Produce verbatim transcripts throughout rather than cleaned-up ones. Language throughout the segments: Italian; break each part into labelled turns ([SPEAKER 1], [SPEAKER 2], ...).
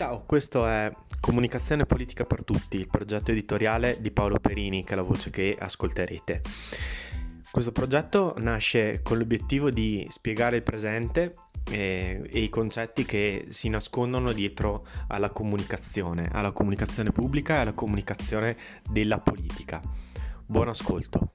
[SPEAKER 1] Ciao, questo è Comunicazione Politica per Tutti, il progetto editoriale di Paolo Perini, che è la voce che ascolterete. Questo progetto nasce con l'obiettivo di spiegare il presente e, e i concetti che si nascondono dietro alla comunicazione, alla comunicazione pubblica e alla comunicazione della politica. Buon ascolto.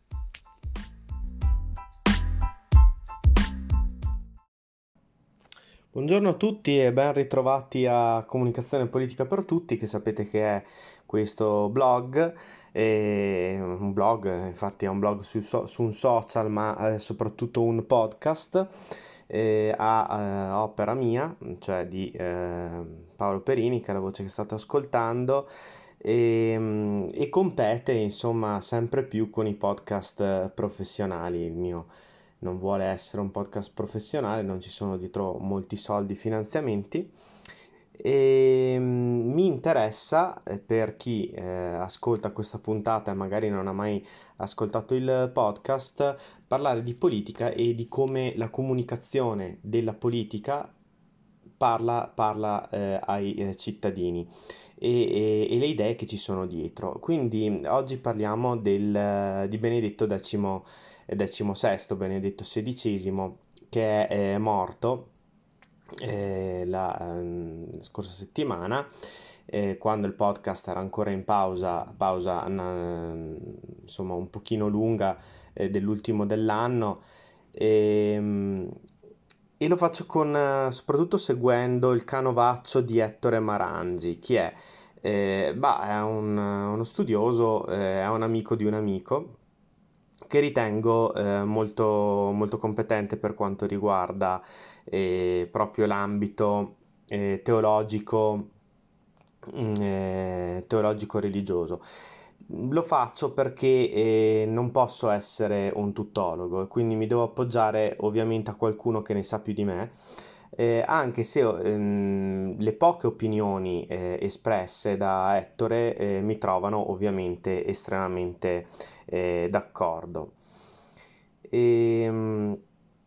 [SPEAKER 1] Buongiorno a tutti e ben ritrovati a Comunicazione Politica per Tutti, che sapete che è questo blog, e un blog, infatti è un blog su, so- su un social, ma è soprattutto un podcast eh, a eh, opera mia, cioè di eh, Paolo Perini, che è la voce che state ascoltando, e, e compete insomma sempre più con i podcast eh, professionali. Il mio non vuole essere un podcast professionale, non ci sono dietro molti soldi, finanziamenti, e mm, mi interessa eh, per chi eh, ascolta questa puntata e magari non ha mai ascoltato il podcast, parlare di politica e di come la comunicazione della politica parla, parla eh, ai eh, cittadini e, e- e le idee che ci sono dietro. Quindi oggi parliamo del, di Benedetto decimo, diciassette, Benedetto sedicesimo, che è, è morto eh, la ehm, scorsa settimana, eh, quando il podcast era ancora in pausa, pausa na- insomma un pochino lunga eh, dell'ultimo dell'anno. E, e lo faccio con, eh, soprattutto seguendo il canovaccio di Ettore Marangi. Chi è? Eh, bah, è un- uno studioso, eh, è un amico di un amico che ritengo eh, molto, molto competente per quanto riguarda eh, proprio l'ambito eh, teologico, mm, eh, teologico-religioso. Lo faccio perché eh, non posso essere un tuttologo e quindi mi devo appoggiare ovviamente a qualcuno che ne sa più di me, eh, anche se ehm, le poche opinioni eh, espresse da Ettore eh, mi trovano ovviamente estremamente eh, d'accordo. E, mh,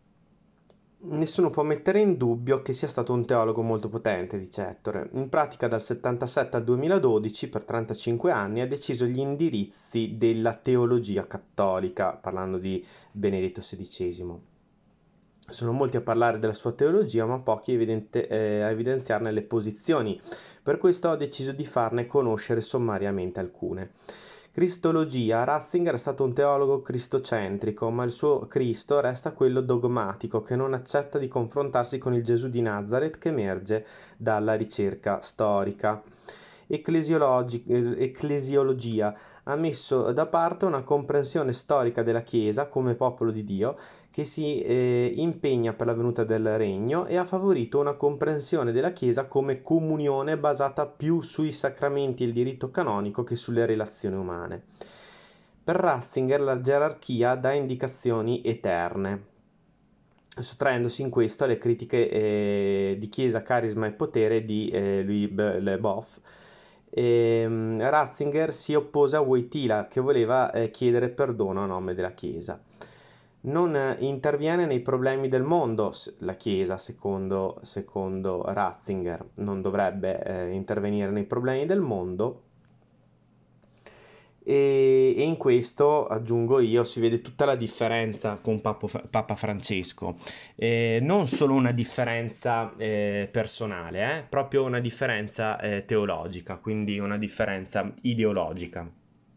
[SPEAKER 1] Nessuno può mettere in dubbio che sia stato un teologo molto potente, dice Ettore. In pratica dal settantasette al duemiladodici, per trentacinque anni, ha deciso gli indirizzi della teologia cattolica, parlando di Benedetto sedicesimo. Sono molti a parlare della sua teologia, ma pochi evidente- eh, a evidenziarne le posizioni. Per questo ho deciso di farne conoscere sommariamente alcune. Cristologia. Ratzinger è stato un teologo cristocentrico, ma il suo Cristo resta quello dogmatico, che non accetta di confrontarsi con il Gesù di Nazareth che emerge dalla ricerca storica. Ecclesiologi- eh, Ecclesiologia ha messo da parte una comprensione storica della Chiesa come popolo di Dio che si eh, impegna per la venuta del regno e ha favorito una comprensione della Chiesa come comunione basata più sui sacramenti e il diritto canonico che sulle relazioni umane. Per Ratzinger la gerarchia dà indicazioni eterne, sottraendosi in questo alle critiche eh, di Chiesa, carisma e potere di eh, Louis Le Boff. E, um, Ratzinger si oppose a Wojtyla che voleva eh, chiedere perdono a nome della Chiesa. Non eh, interviene nei problemi del mondo, la Chiesa, secondo, secondo Ratzinger, non dovrebbe eh, intervenire nei problemi del mondo. E, e in questo, aggiungo io, si vede tutta la differenza con Papo- Papa Francesco. Eh, non solo una differenza eh, personale, eh, proprio una differenza eh, teologica, quindi una differenza ideologica.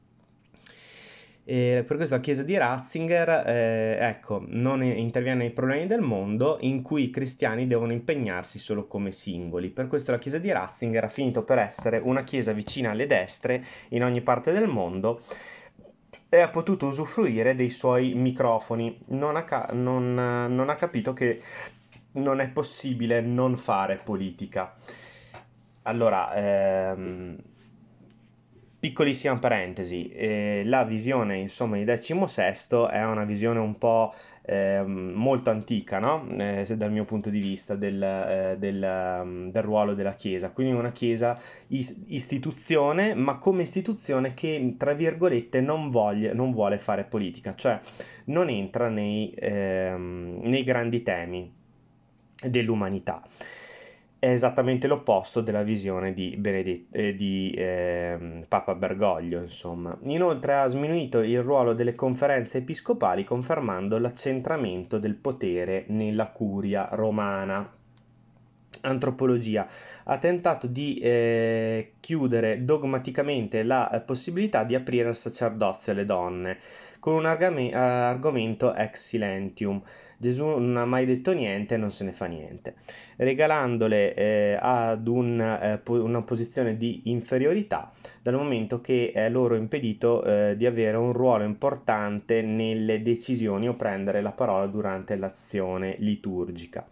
[SPEAKER 1] E per questo la Chiesa di Ratzinger, eh, ecco, non interviene nei problemi del mondo in cui i cristiani devono impegnarsi solo come singoli. Per questo la Chiesa di Ratzinger ha finito per essere una Chiesa vicina alle destre in ogni parte del mondo e ha potuto usufruire dei suoi microfoni. Non ha, ca- non, non ha capito che non è possibile non fare politica. Allora, ehm, piccolissima parentesi, eh, la visione insomma di Decimo Sesto è una visione un po' ehm, molto antica, no? Eh, se- dal mio punto di vista del, eh, del, ehm, del ruolo della Chiesa, quindi una Chiesa is- istituzione, ma come istituzione che tra virgolette non, voglia- non vuole fare politica, cioè non entra nei, ehm, nei grandi temi dell'umanità. è esattamente l'opposto della visione di, Benedet- eh, di ehm, Papa Bergoglio, insomma. Inoltre ha sminuito il ruolo delle conferenze episcopali confermando l'accentramento del potere nella curia romana. Antropologia ha tentato di eh, chiudere dogmaticamente la eh, possibilità di aprire al sacerdozio alle donne con un argame- argomento ex silentium. Gesù non ha mai detto niente e non se ne fa niente, regalandole eh, ad un, eh, po- una posizione di inferiorità dal momento che è loro impedito eh, di avere un ruolo importante nelle decisioni o prendere la parola durante l'azione liturgica.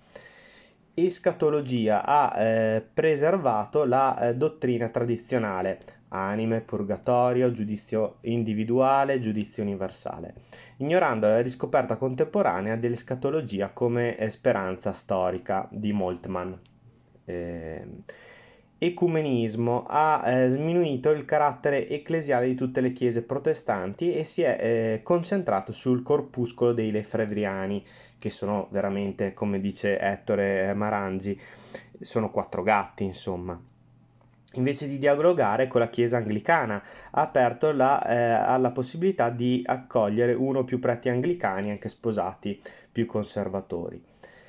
[SPEAKER 1] Escatologia ha eh, preservato la eh, dottrina tradizionale, anime, purgatorio, giudizio individuale, giudizio universale, ignorando la riscoperta contemporanea dell'escatologia come eh, speranza storica di Moltmann. Eh, Ecumenismo ha eh, sminuito il carattere ecclesiale di tutte le chiese protestanti e si è eh, concentrato sul corpuscolo dei lefebvriani, che sono veramente, come dice Ettore Marangi, sono quattro gatti, insomma. Invece di dialogare con la Chiesa anglicana, ha aperto la, eh, alla possibilità di accogliere uno o più preti anglicani, anche sposati, più conservatori.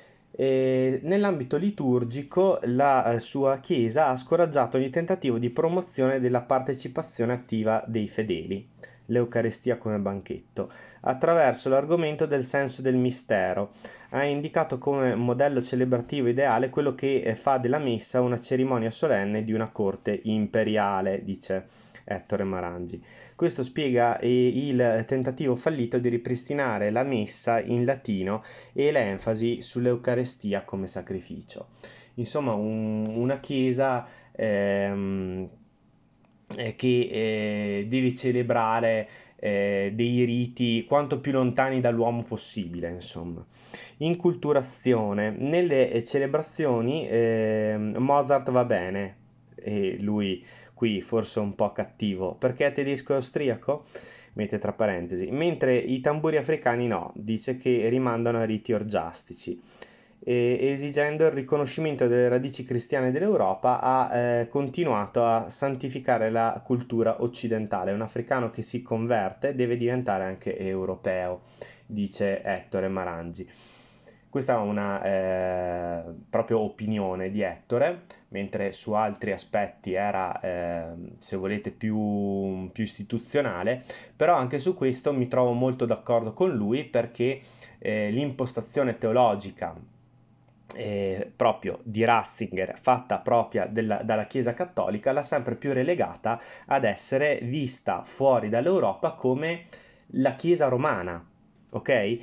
[SPEAKER 1] E nell'ambito liturgico, la eh, sua Chiesa ha scoraggiato ogni tentativo di promozione della partecipazione attiva dei fedeli, l'Eucarestia come banchetto, attraverso l'argomento del senso del mistero. Ha indicato come modello celebrativo ideale quello che eh, fa della messa una cerimonia solenne di una corte imperiale, dice Ettore Marangi. Questo spiega eh, il tentativo fallito di ripristinare la messa in latino e l'enfasi sull'Eucarestia come sacrificio. Insomma, un- una chiesa ehm, eh, che eh, deve celebrare eh, dei riti quanto più lontani dall'uomo possibile, insomma. Inculturazione. Nelle eh, celebrazioni eh, Mozart va bene, e lui qui forse un po' cattivo, perché è tedesco e austriaco? Mette tra parentesi, mentre i tamburi africani no, dice che rimandano a riti orgiastici. E, esigendo il riconoscimento delle radici cristiane dell'Europa, ha eh, continuato a santificare la cultura occidentale. Un africano che si converte deve diventare anche europeo, dice Ettore Marangi. Questa è una eh, proprio opinione di Ettore, mentre su altri aspetti era, eh, se volete, più, più istituzionale, però anche su questo mi trovo molto d'accordo con lui perché eh, l'impostazione teologica eh, proprio di Ratzinger, fatta propria della, dalla Chiesa Cattolica, l'ha sempre più relegata ad essere vista fuori dall'Europa come la Chiesa romana, ok? E,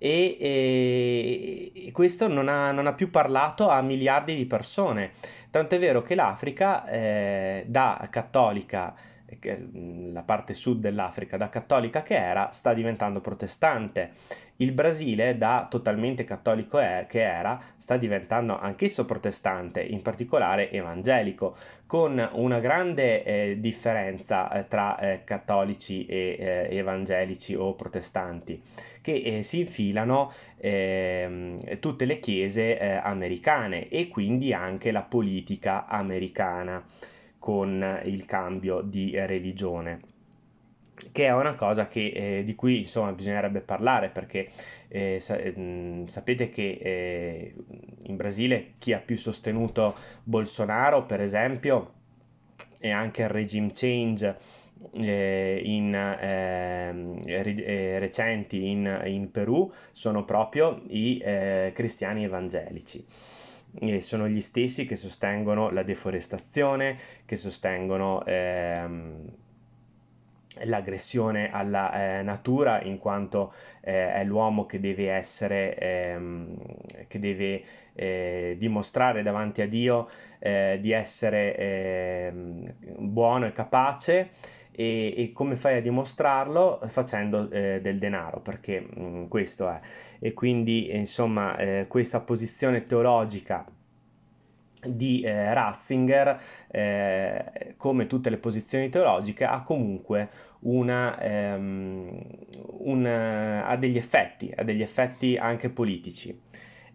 [SPEAKER 1] e- e questo non ha, non ha più parlato a miliardi di persone. Tanto è vero che l'Africa, eh, da cattolica, eh, la parte sud dell'Africa, da cattolica che era, sta diventando protestante. Il Brasile, da totalmente cattolico è- che era, sta diventando anch'esso protestante, in particolare evangelico, con una grande eh, differenza eh, tra eh, cattolici e eh, evangelici o protestanti, che eh, si infilano ehm, tutte le chiese eh, americane e quindi anche la politica americana con il cambio di eh, religione, che è una cosa che, eh, di cui insomma bisognerebbe parlare perché eh, sa- mh, sapete che eh, in Brasile chi ha più sostenuto Bolsonaro, per esempio, e anche il regime change eh, in, ehm, re- eh, recenti in, in Perù sono proprio i eh, cristiani evangelici. E sono gli stessi che sostengono la deforestazione, che sostengono ehm, l'aggressione alla eh, natura, in quanto eh, è l'uomo che deve essere, ehm, che deve eh, dimostrare davanti a Dio eh, di essere ehm, buono e capace. E, e come fai a dimostrarlo? Facendo eh, del denaro, perché mh, questo è. E quindi, insomma, eh, questa posizione teologica di eh, Ratzinger, eh, come tutte le posizioni teologiche, ha comunque una, ehm, un, ha degli effetti, ha degli effetti anche politici.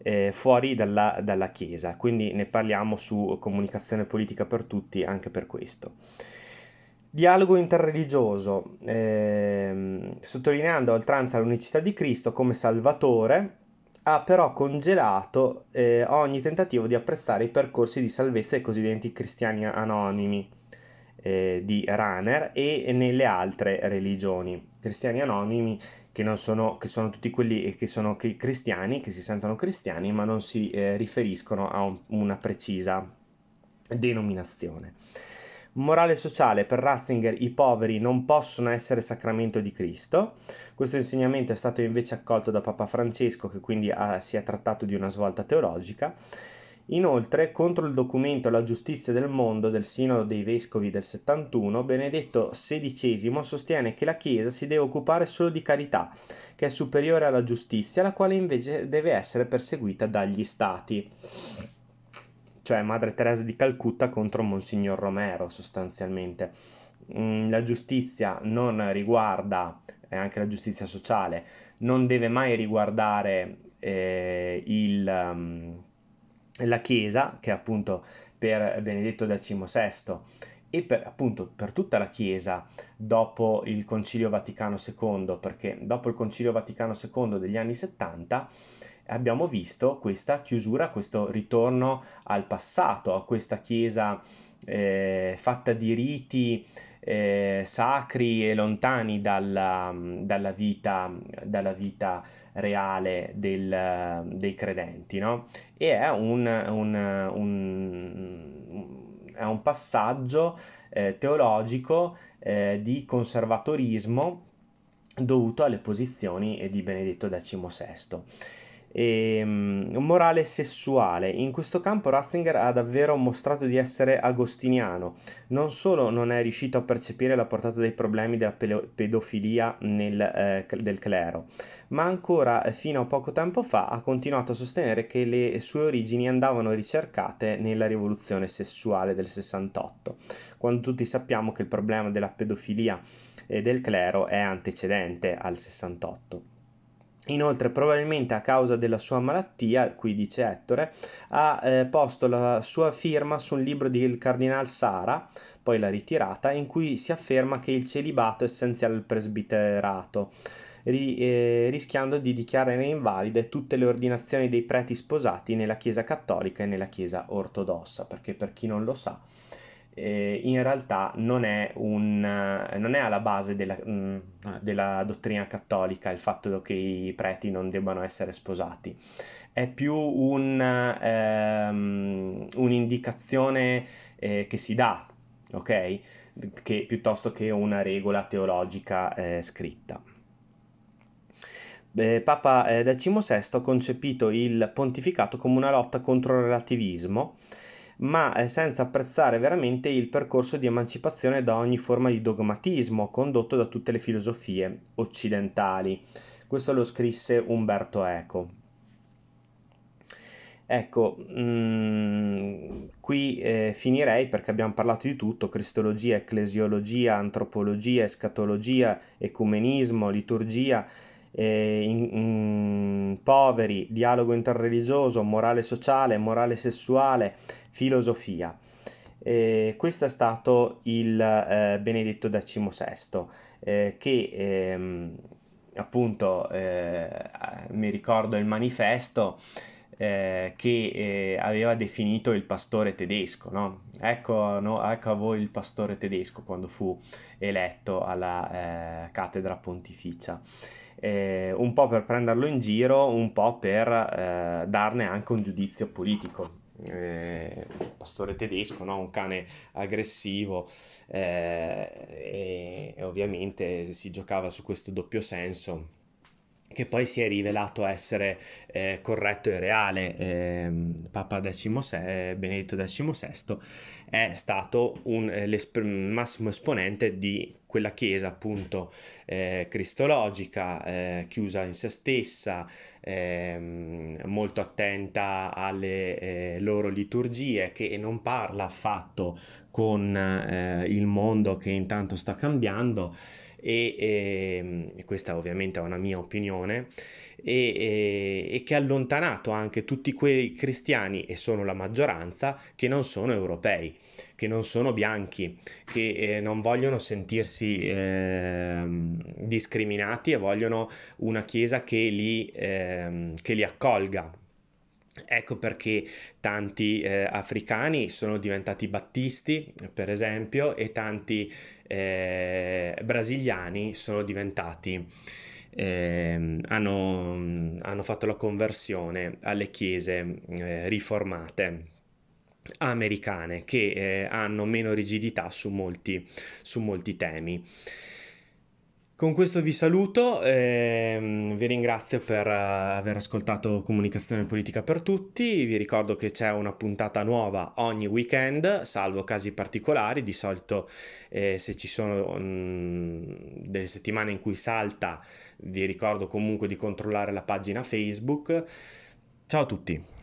[SPEAKER 1] eh, fuori dalla, dalla Chiesa, quindi ne parliamo su Comunicazione Politica per Tutti anche per questo. Dialogo interreligioso, ehm, sottolineando a oltranza l'unicità di Cristo come Salvatore, ha però congelato eh, ogni tentativo di apprezzare i percorsi di salvezza ai cosiddetti cristiani anonimi eh, di Rahner e nelle altre religioni. Cristiani anonimi che, non sono, che sono tutti quelli che sono cristiani, che si sentono cristiani, ma non si eh, riferiscono a un, una precisa denominazione. Morale sociale, per Ratzinger i poveri non possono essere sacramento di Cristo. Questo insegnamento è stato invece accolto da Papa Francesco, che quindi ha, si è trattato di una svolta teologica. Inoltre, contro il documento La giustizia del mondo del Sinodo dei Vescovi del settantuno, Benedetto sedicesimo sostiene che la Chiesa si deve occupare solo di carità, che è superiore alla giustizia, la quale invece deve essere perseguita dagli stati. Cioè Madre Teresa di Calcutta contro Monsignor Romero, sostanzialmente. Mm, la giustizia non riguarda, e anche la giustizia sociale, non deve mai riguardare eh, il, um, la Chiesa, che appunto per Benedetto diciannovesimo e per, appunto per tutta la Chiesa dopo il Concilio Vaticano secondo, perché dopo il Concilio Vaticano secondo degli anni settanta abbiamo visto questa chiusura, questo ritorno al passato, a questa Chiesa eh, fatta di riti eh, sacri e lontani dalla, dalla, vita, dalla vita reale del, dei credenti, no? E è un, un, un, è un passaggio eh, teologico eh, di conservatorismo dovuto alle posizioni di Benedetto diciannovesimo. E, um, morale sessuale. In questo campo Ratzinger ha davvero mostrato di essere agostiniano. Non solo non è riuscito a percepire la portata dei problemi della pedofilia nel, eh, del clero, ma ancora fino a poco tempo fa ha continuato a sostenere che le sue origini andavano ricercate nella rivoluzione sessuale del sessantotto, quando tutti sappiamo che il problema della pedofilia e del clero è antecedente al sessantotto. Inoltre, probabilmente a causa della sua malattia, qui dice Ettore, ha eh, posto la sua firma su un libro del Cardinal Sara, poi l'ha ritirata, in cui si afferma che il celibato è essenziale al presbiterato, ri, eh, rischiando di dichiarare invalide tutte le ordinazioni dei preti sposati nella Chiesa cattolica e nella Chiesa ortodossa, perché per chi non lo sa, eh, in realtà non è, un, non è alla base della, mh, della dottrina cattolica il fatto che i preti non debbano essere sposati, è più un, ehm, un'indicazione eh, che si dà, ok? Che, piuttosto che una regola teologica eh, scritta. Eh, Papa eh, diciannovesimo ha concepito il pontificato come una lotta contro il relativismo, ma eh, senza apprezzare veramente il percorso di emancipazione da ogni forma di dogmatismo condotto da tutte le filosofie occidentali. Questo lo scrisse Umberto Eco. Ecco, mh, qui eh, finirei perché abbiamo parlato di tutto: cristologia, ecclesiologia, antropologia, escatologia, ecumenismo, liturgia, eh, in- in- poveri, dialogo interreligioso, morale sociale, morale sessuale, filosofia. Eh, questo è stato il eh, Benedetto diciannovesimo, eh, che ehm, appunto eh, mi ricordo il manifesto eh, che eh, aveva definito il pastore tedesco, no? Ecco, no? Ecco a voi il pastore tedesco quando fu eletto alla eh, cattedra pontificia. Eh, un po' per prenderlo in giro, un po' per eh, darne anche un giudizio politico. Eh, pastore tedesco, no? Un cane aggressivo, eh, e, e ovviamente si giocava su questo doppio senso che poi si è rivelato essere eh, corretto e reale. Eh, Papa diciassette, Benedetto diciannovesimo è stato un, eh, massimo esponente di quella chiesa appunto eh, cristologica, eh, chiusa in se stessa, ehm, molto attenta alle eh, loro liturgie, che non parla affatto con eh, il mondo che intanto sta cambiando, e, e, e questa ovviamente è una mia opinione, e, e, e che ha allontanato anche tutti quei cristiani, e sono la maggioranza, che non sono europei, che non sono bianchi, che eh, non vogliono sentirsi eh, discriminati e vogliono una chiesa che li, eh, che li accolga. Ecco perché tanti eh, africani sono diventati battisti, per esempio, e tanti eh, brasiliani sono diventati, ehm, hanno, hanno fatto la conversione alle chiese eh, riformate americane che eh, hanno meno rigidità su molti, su molti temi. Con questo vi saluto, ehm, vi ringrazio per eh, aver ascoltato Comunicazione Politica per Tutti, vi ricordo che c'è una puntata nuova ogni weekend, salvo casi particolari, di solito eh, se ci sono mm, delle settimane in cui salta, vi ricordo comunque di controllare la pagina Facebook. Ciao a tutti!